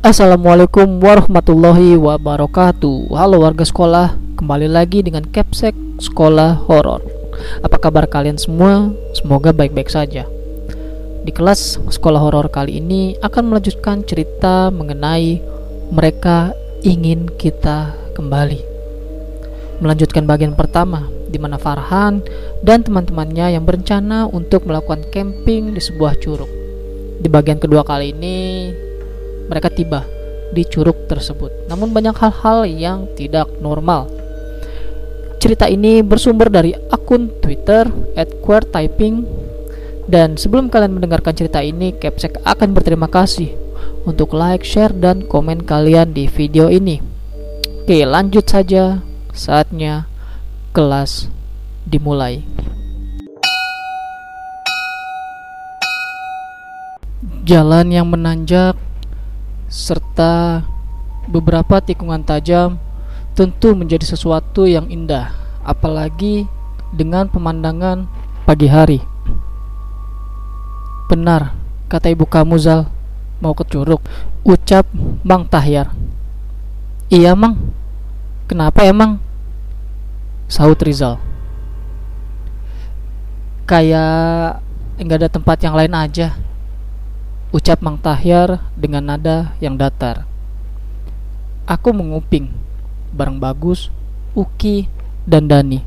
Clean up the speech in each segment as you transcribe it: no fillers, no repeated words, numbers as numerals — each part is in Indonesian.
Assalamualaikum warahmatullahi wabarakatuh. Halo warga sekolah, kembali lagi dengan Capsek Sekolah Horor. Apa kabar kalian semua? Semoga baik-baik saja. Di kelas sekolah horor kali ini akan melanjutkan cerita mengenai Mereka Ingin Kita Kembali. Melanjutkan bagian pertama, di mana Farhan dan teman-temannya yang berencana untuk melakukan camping di sebuah curug. Di bagian kedua kali ini mereka tiba di curug tersebut. Namun banyak hal-hal yang tidak normal. Cerita ini bersumber dari akun Twitter @queertyping. Dan sebelum kalian mendengarkan cerita ini, Capsek akan berterima kasih untuk like, share, dan komen kalian di video ini. Oke, lanjut saja. Saatnya kelas dimulai. Jalan yang menanjak serta beberapa tikungan tajam tentu menjadi sesuatu yang indah, apalagi dengan pemandangan pagi hari. Benar kata ibu kamu, Zal, mau ke curug, ucap Bang Tahyar. Iya Mang, kenapa emang? Sahut Rizal. Kayak enggak ada tempat yang lain aja, ucap Mang Tahyar dengan nada yang datar. Aku menguping bareng Bagus, Uki, dan Dani.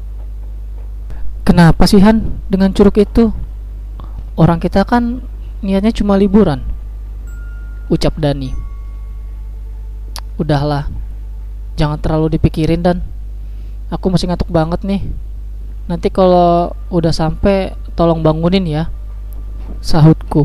Kenapa sih Han dengan curug itu? Orang kita kan niatnya cuma liburan, ucap Dani. Udahlah, jangan terlalu dipikirin Dan. Aku masih ngantuk banget nih. Nanti kalau udah sampai tolong bangunin ya, sahutku.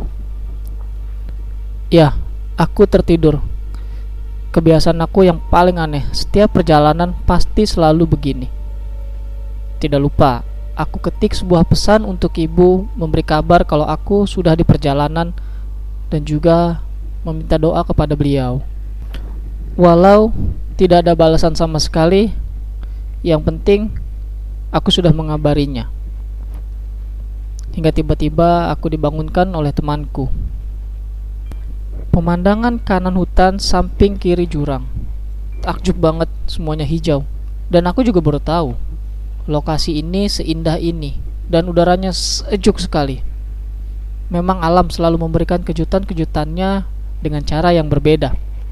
Ya, aku tertidur. Kebiasaan aku yang paling aneh, setiap perjalanan pasti selalu begini. Tidak lupa, aku ketik sebuah pesan untuk ibu, memberi kabar kalau aku sudah di perjalanan dan juga meminta doa kepada beliau. Walau tidak ada balasan sama sekali, yang penting aku sudah mengabarinya. Hingga tiba-tiba aku dibangunkan oleh temanku. Pemandangan kanan hutan, samping kiri jurang. Takjub banget, semuanya hijau. Dan aku juga baru tahu lokasi ini seindah ini dan udaranya sejuk sekali. Memang alam selalu memberikan kejutan-kejutannya dengan cara yang berbeda.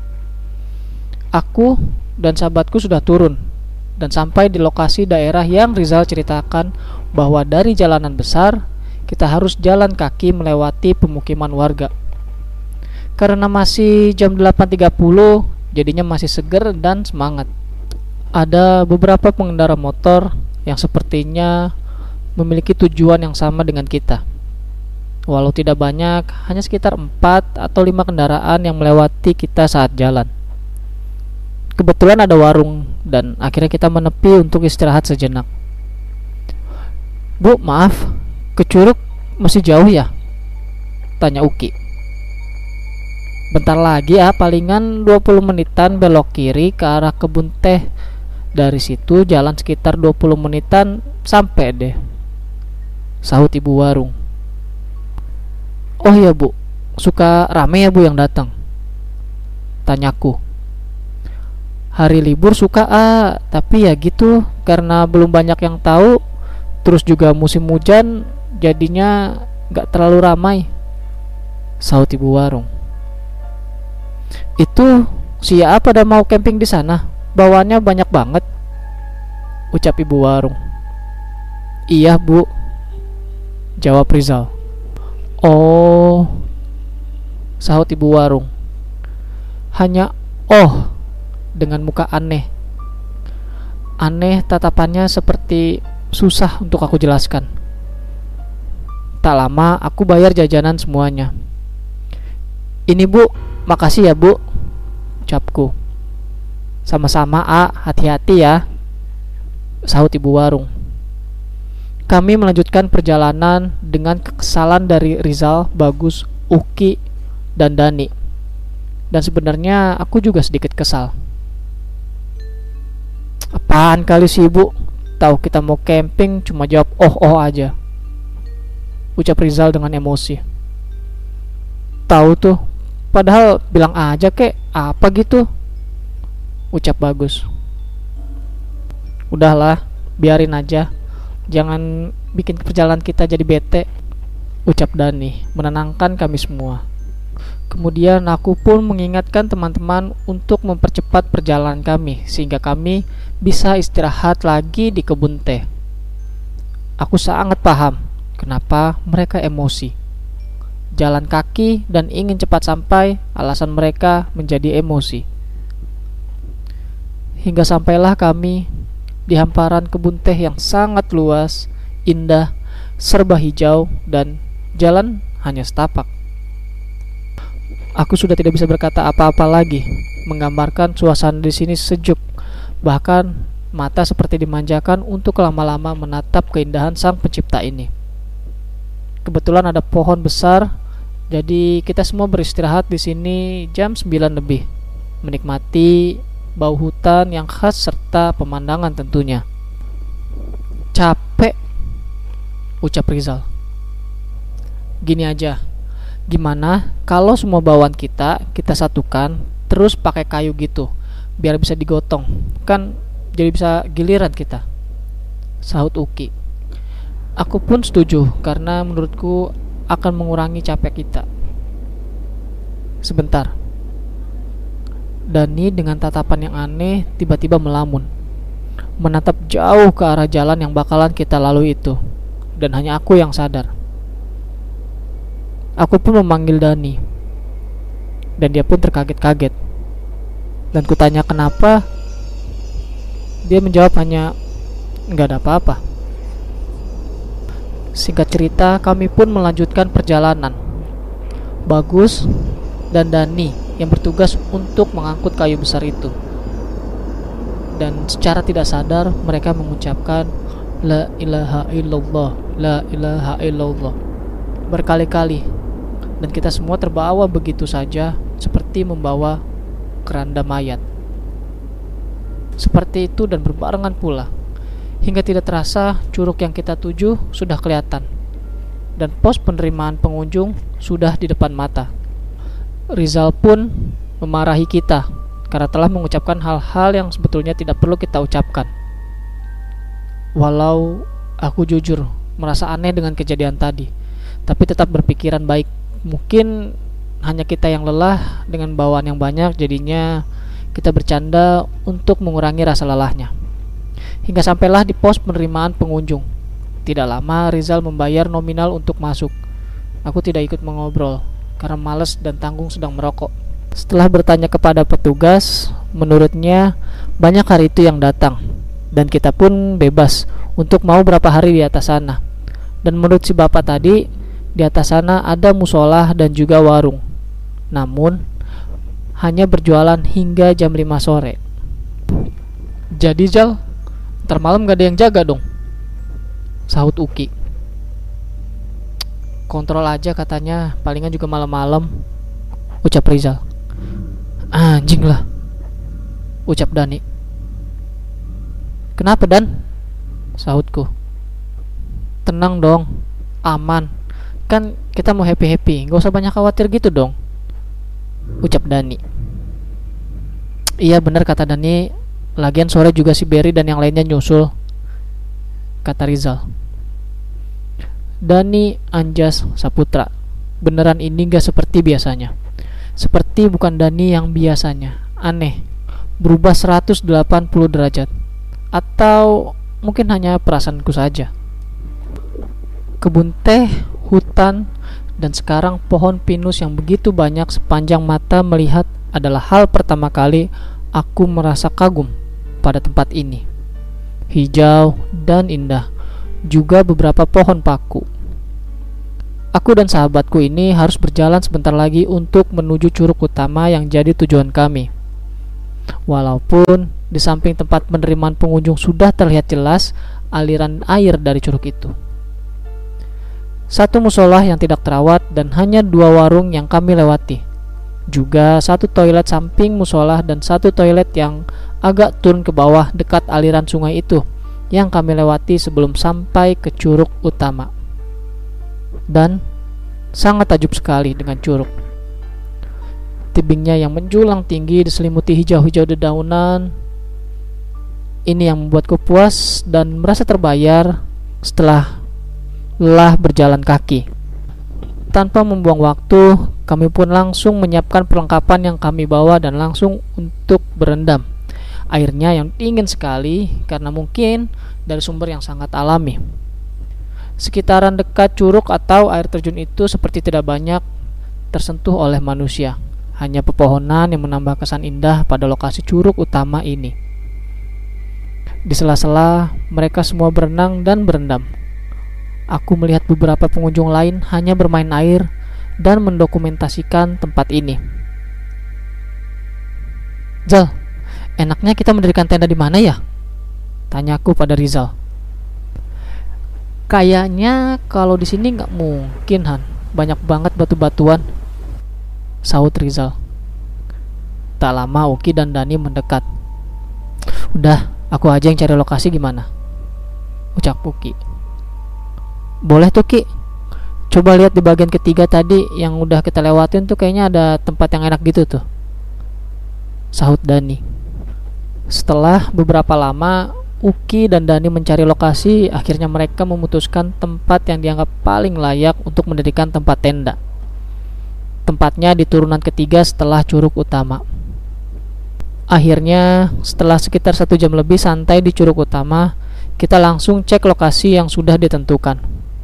Aku dan sahabatku sudah turun dan sampai di lokasi daerah yang Rizal ceritakan bahwa dari jalanan besar kita harus jalan kaki melewati pemukiman warga. Karena masih jam 8.30, jadinya masih seger dan semangat. Ada beberapa pengendara motor yang sepertinya memiliki tujuan yang sama dengan kita. Walau tidak banyak, hanya sekitar 4 atau 5 kendaraan yang melewati kita saat jalan. Kebetulan ada warung dan akhirnya kita menepi untuk istirahat sejenak. Bu, maaf, ke curug masih jauh ya? Tanya Uki. Bentar lagi ya, palingan 20 menitan belok kiri ke arah kebun teh. Dari situ jalan sekitar 20 menitan sampai deh, sahut ibu warung. Oh iya Bu, suka rame ya Bu yang datang? Tanyaku. Hari libur suka tapi ya gitu, karena belum banyak yang tahu. Terus juga musim hujan, jadinya gak terlalu ramai, sahut ibu warung. Itu siapa pada mau camping di sana? Bawaannya banyak banget, ucap ibu warung. Iya Bu, jawab Rizal. Oh, sahut ibu warung. Hanya dengan muka aneh. Aneh tatapannya seperti susah untuk aku jelaskan. Tak lama aku bayar jajanan semuanya. Ini Bu, makasih ya Bu, ucapku. Sama-sama hati-hati ya, sahut ibu warung. Kami melanjutkan perjalanan dengan kekesalan dari Rizal, Bagus, Uki, dan Dani. Dan sebenarnya aku juga sedikit kesal. Apaan kali sih ibu, tahu kita mau camping cuma jawab oh aja, ucap Rizal dengan emosi. Tahu tuh Padahal bilang aja kek, apa gitu, ucap Bagus. Udahlah, biarin aja. Jangan bikin perjalanan kita jadi bete, ucap Dani, menenangkan kami semua. Kemudian aku pun mengingatkan teman-teman untuk mempercepat perjalanan kami sehingga kami bisa istirahat lagi di kebun teh. Aku sangat paham kenapa mereka emosi. Jalan kaki dan ingin cepat sampai, alasan mereka menjadi emosi. Hingga sampailah kami di hamparan kebun teh yang sangat luas, indah, serba hijau, dan jalan hanya setapak. Aku sudah tidak bisa berkata apa-apa lagi, menggambarkan suasana di sini sejuk, bahkan mata seperti dimanjakan untuk lama-lama menatap keindahan Sang Pencipta ini. Kebetulan ada pohon besar, jadi kita semua beristirahat di sini jam 9 lebih, menikmati bau hutan yang khas serta pemandangan tentunya. Capek, ucap Rizal. Gini aja, gimana kalau semua bawaan kita satukan terus pakai kayu gitu, biar bisa digotong, kan jadi bisa giliran kita, sahut Uki. Aku pun setuju karena menurutku akan mengurangi capek kita. Sebentar. Dani dengan tatapan yang aneh tiba-tiba melamun, menatap jauh ke arah jalan yang bakalan kita lalui itu, dan hanya aku yang sadar. Aku pun memanggil Dani, dan dia pun terkaget-kaget. Dan kutanya kenapa, dia menjawab hanya, "Nggak ada apa-apa." Singkat cerita, kami pun melanjutkan perjalanan. Bagus dan Dani yang bertugas untuk mengangkut kayu besar itu. Dan secara tidak sadar mereka mengucapkan La ilaha illallah, La ilaha illallah berkali-kali. Dan kita semua terbawa begitu saja, seperti membawa keranda mayat. Seperti itu dan berbarengan pula, hingga tidak terasa curug yang kita tuju sudah kelihatan, dan pos penerimaan pengunjung sudah di depan mata. Rizal pun memarahi kita karena telah mengucapkan hal-hal yang sebetulnya tidak perlu kita ucapkan. Walau aku jujur merasa aneh dengan kejadian tadi, tapi tetap berpikiran baik. Mungkin hanya kita yang lelah dengan bawaan yang banyak, jadinya kita bercanda untuk mengurangi rasa lelahnya. Hingga sampailah di pos penerimaan pengunjung. Tidak lama Rizal membayar nominal untuk masuk. Aku tidak ikut mengobrol karena malas dan tanggung sedang merokok. Setelah bertanya kepada petugas, menurutnya banyak hari itu yang datang, dan kita pun bebas untuk mau berapa hari di atas sana. Dan menurut si bapak tadi, di atas sana ada musola dan juga warung. Namun hanya berjualan hingga jam 5 sore. Jadi Jal, ntar malam gak ada yang jaga dong, sahut Uki. Kontrol aja katanya, palingan juga malam-malam, ucap Rizal. Anjing lah, ucap Dani. Kenapa Dan? Sahutku. Tenang dong, aman. Kan kita mau happy-happy, gak usah banyak khawatir gitu dong, ucap Dani. Iya benar kata Dani, lagian sore juga si Berry dan yang lainnya nyusul, kata Rizal. Dani anjas Saputra, beneran ini gak seperti biasanya. Seperti bukan Dani yang biasanya. Aneh, berubah 180 derajat. Atau mungkin hanya perasaanku saja. Kebun teh, hutan, dan sekarang pohon pinus yang begitu banyak sepanjang mata melihat adalah hal pertama kali aku merasa kagum pada tempat ini. Hijau dan indah, juga beberapa pohon paku. Aku dan sahabatku ini harus berjalan sebentar lagi untuk menuju curug utama yang jadi tujuan kami. Walaupun di samping tempat penerimaan pengunjung sudah terlihat jelas aliran air dari curug itu. Satu musola yang tidak terawat dan hanya 2 warung yang kami lewati. Juga 1 toilet samping musola dan 1 toilet yang agak turun ke bawah dekat aliran sungai itu yang kami lewati sebelum sampai ke curug utama. Dan sangat takjub sekali dengan curug. Tebingnya yang menjulang tinggi diselimuti hijau-hijau dedaunan. Ini yang membuatku puas dan merasa terbayar setelah lelah berjalan kaki. Tanpa membuang waktu, kami pun langsung menyiapkan perlengkapan yang kami bawa dan langsung untuk berendam. Airnya yang dingin sekali karena mungkin dari sumber yang sangat alami. Sekitaran dekat curug atau air terjun itu seperti tidak banyak tersentuh oleh manusia. Hanya pepohonan yang menambah kesan indah pada lokasi curug utama ini. Di sela-sela mereka semua berenang dan berendam. Aku melihat beberapa pengunjung lain hanya bermain air dan mendokumentasikan tempat ini. Zal, enaknya kita mendirikan tenda di mana ya? Tanyaku pada Rizal. Kayaknya kalau di sini nggak mungkin, Han. Banyak banget batu-batuan, sahut Rizal. Tak lama Uki dan Dani mendekat. Udah, aku aja yang cari lokasi gimana? Ucap Uki. Boleh tuh Ki. Coba lihat di bagian ketiga tadi yang udah kita lewatin tuh kayaknya ada tempat yang enak gitu tuh, sahut Dani. Setelah beberapa lama Uki dan Dani mencari lokasi, akhirnya mereka memutuskan tempat yang dianggap paling layak untuk mendirikan tempat tenda. Tempatnya di turunan ketiga setelah curug utama. Akhirnya setelah sekitar 1 jam lebih santai di curug utama, kita langsung cek lokasi yang sudah ditentukan.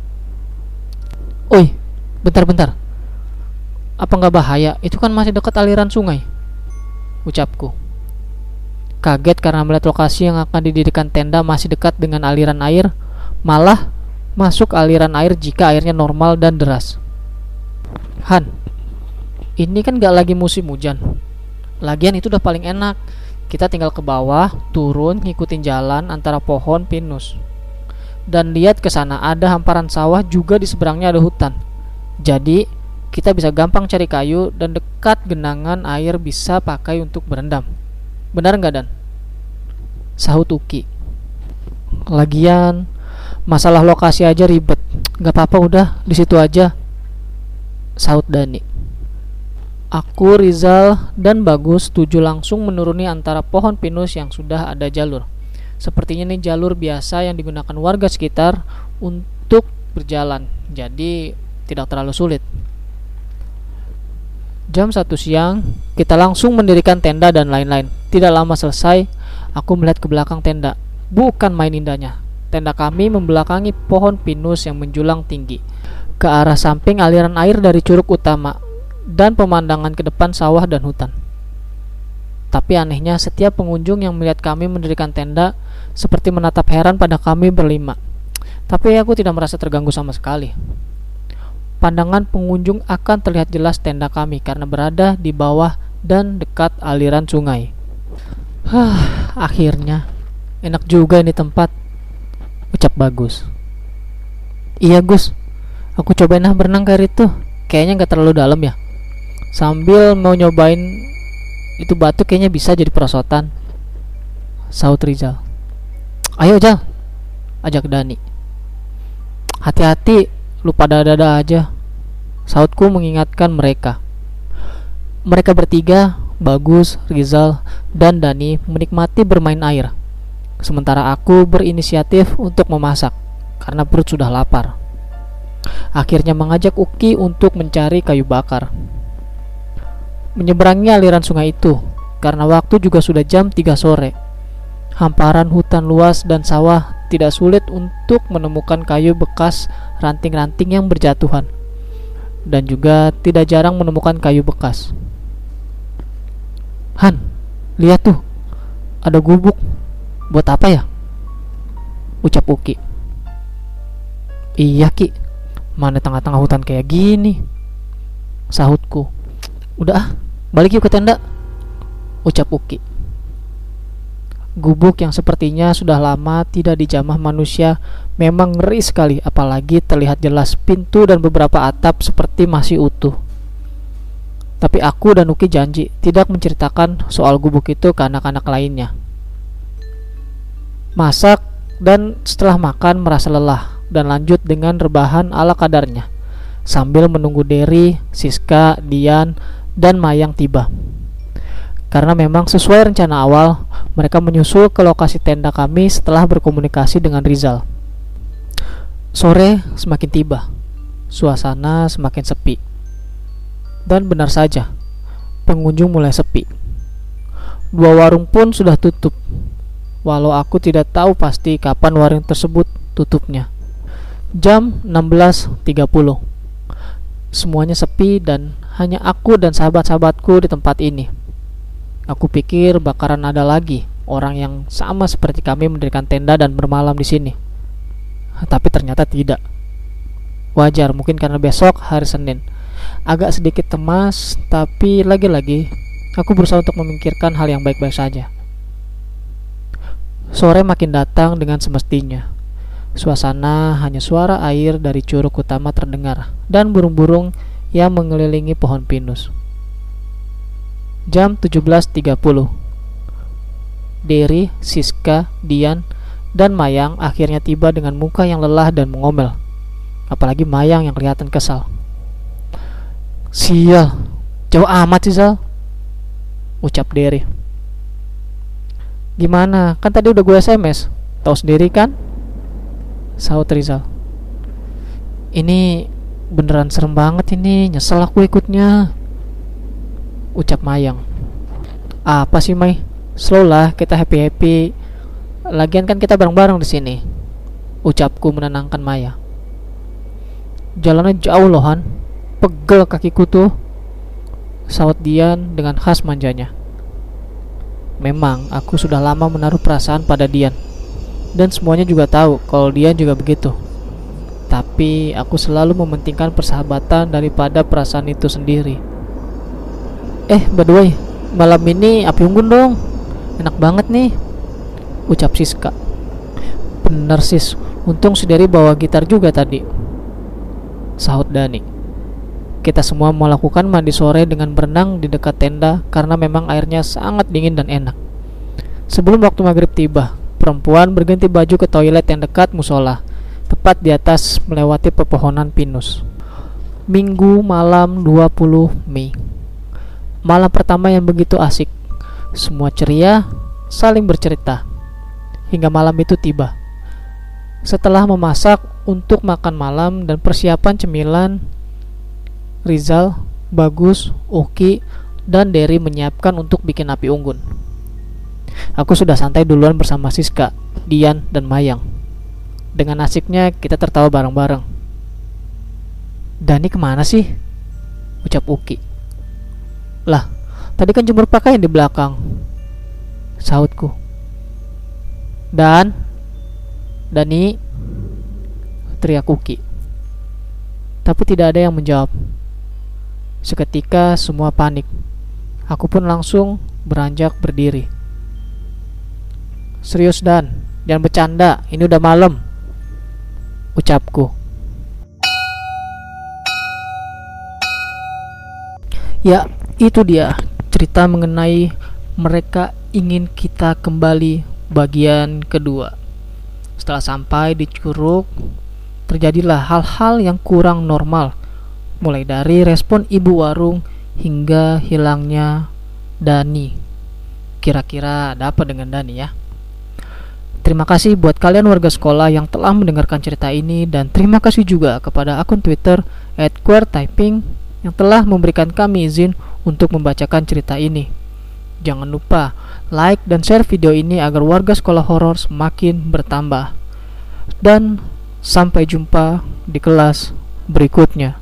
Oi, bentar-bentar. Apa nggak bahaya? Itu kan masih dekat aliran sungai, ucapku. Kaget karena melihat lokasi yang akan didirikan tenda masih dekat dengan aliran air, malah masuk aliran air jika airnya normal dan deras. Han, ini kan gak lagi musim hujan. Lagian itu udah paling enak. Kita tinggal ke bawah, turun, ngikutin jalan antara pohon pinus. Dan lihat ke sana ada hamparan sawah, juga di seberangnya ada hutan. Jadi kita bisa gampang cari kayu dan dekat genangan air bisa pakai untuk berendam. Benar nggak, Dan? Sahut Uki. Lagian masalah lokasi aja ribet. Gak apa-apa, udah di situ aja, sahut Dani. Aku, Rizal, dan Bagus setuju langsung menuruni antara pohon pinus yang sudah ada jalur. Sepertinya ini jalur biasa yang digunakan warga sekitar untuk berjalan, jadi tidak terlalu sulit. Jam 1 siang, kita langsung mendirikan tenda dan lain-lain. Tidak lama selesai, aku melihat ke belakang tenda. Bukan main indahnya. Tenda kami membelakangi pohon pinus yang menjulang tinggi ke arah samping aliran air dari curug utama dan pemandangan ke depan sawah dan hutan. Tapi anehnya setiap pengunjung yang melihat kami mendirikan tenda seperti menatap heran pada kami berlima. Tapi aku tidak merasa terganggu sama sekali. Pandangan pengunjung akan terlihat jelas tenda kami karena berada di bawah dan dekat aliran sungai. Akhirnya enak juga ini tempat, ucap Bagus. Iya Gus, aku cobain berenang ke air itu. Kayaknya gak terlalu dalam ya. Sambil mau nyobain itu batu kayaknya bisa jadi perosotan, sahut Rizal. Ayo Jal, ajak Dani. Hati-hati, lu pada dada aja, sahutku mengingatkan mereka. Mereka bertiga, Bagus, Rizal, dan Dani menikmati bermain air. Sementara aku berinisiatif untuk memasak karena perut sudah lapar. Akhirnya mengajak Uki untuk mencari kayu bakar. Menyeberangi aliran sungai itu karena waktu juga sudah jam 3 sore. Hamparan hutan luas dan sawah tidak sulit untuk menemukan kayu bekas ranting-ranting yang berjatuhan, dan juga tidak jarang menemukan kayu bekas. Han, lihat tuh, ada gubuk. Buat apa ya? Ucap Uki. Iya Ki, mana tengah-tengah hutan kayak gini, sahutku. Udah balik yuk ke tenda, ucap Uki. Gubuk yang sepertinya sudah lama tidak dijamah manusia memang ngeri sekali, apalagi terlihat jelas pintu dan beberapa atap seperti masih utuh. Tapi aku dan Uki janji tidak menceritakan soal gubuk itu ke anak-anak lainnya. Masak dan setelah makan merasa lelah dan lanjut dengan rebahan ala kadarnya sambil menunggu Derry, Siska, Dian, dan Mayang tiba. Karena memang sesuai rencana awal, mereka menyusul ke lokasi tenda kami setelah berkomunikasi dengan Rizal. Sore semakin tiba, suasana semakin sepi. Dan benar saja, pengunjung mulai sepi. 2 warung pun sudah tutup, walau aku tidak tahu pasti kapan warung tersebut tutupnya. Jam 16.30. Semuanya sepi dan hanya aku dan sahabat-sahabatku di tempat ini. Aku pikir bakaran ada lagi orang yang sama seperti kami mendirikan tenda dan bermalam di sini. Tapi ternyata tidak. Wajar, mungkin karena besok hari Senin. Agak sedikit cemas, tapi lagi-lagi aku berusaha untuk memikirkan hal yang baik-baik saja. Sore makin datang dengan semestinya. Suasana hanya suara air dari curug utama terdengar dan burung-burung yang mengelilingi pohon pinus. Jam 17.30. Derry, Siska, Dian, dan Mayang akhirnya tiba dengan muka yang lelah dan mengomel. Apalagi Mayang yang kelihatan kesal. Sial, jauh amat sih Zal, ucap Derry. Gimana, kan tadi udah gue SMS. Tahu sendiri kan? Sahut Rizal. Ini beneran serem banget ini, nyesel aku ikutnya, ucap Mayang. Apa sih May? Slow lah, kita happy-happy. Lagian kan kita bareng-bareng di sini, ucapku menenangkan Maya. Jalannya jauh loh Han, pegel kakiku tuh, sahut Dian dengan khas manjanya. Memang aku sudah lama menaruh perasaan pada Dian, dan semuanya juga tahu kalau Dian juga begitu. Tapi aku selalu mementingkan persahabatan daripada perasaan itu sendiri. By the way, malam ini api unggun dong, enak banget nih, ucap Siska. Bener sis, untung si Derry bawa gitar juga tadi, sahut Dani. Kita semua melakukan mandi sore dengan berenang di dekat tenda karena memang airnya sangat dingin dan enak. Sebelum waktu maghrib tiba, perempuan berganti baju ke toilet yang dekat musola, tepat di atas melewati pepohonan pinus. Minggu malam 20 Mei. Malam pertama yang begitu asik. Semua ceria, saling bercerita. Hingga malam itu tiba. Setelah memasak untuk makan malam dan persiapan cemilan, Rizal, Bagus, Oki, dan Derry menyiapkan untuk bikin api unggun. Aku sudah santai duluan bersama Siska, Dian, dan Mayang. Dengan asiknya kita tertawa bareng-bareng. Dani kemana sih? Ucap Uki. Lah, tadi kan jemur pakaian di belakang, sahutku. Dani, teriak Uki. Tapi tidak ada yang menjawab. Seketika semua panik. Aku pun langsung beranjak berdiri. Serius Dan, jangan bercanda, ini udah malam, ucapku. Ya, itu dia cerita mengenai mereka ingin kita kembali bagian kedua. Setelah sampai di curug, terjadilah hal-hal yang kurang normal, mulai dari respon ibu warung hingga hilangnya Dani. Kira-kira ada apa dengan Dani ya? Terima kasih buat kalian warga sekolah yang telah mendengarkan cerita ini, dan terima kasih juga kepada akun Twitter @queertyping yang telah memberikan kami izin untuk membacakan cerita ini. Jangan lupa like dan share video ini agar warga sekolah horor semakin bertambah. Dan sampai jumpa di kelas berikutnya.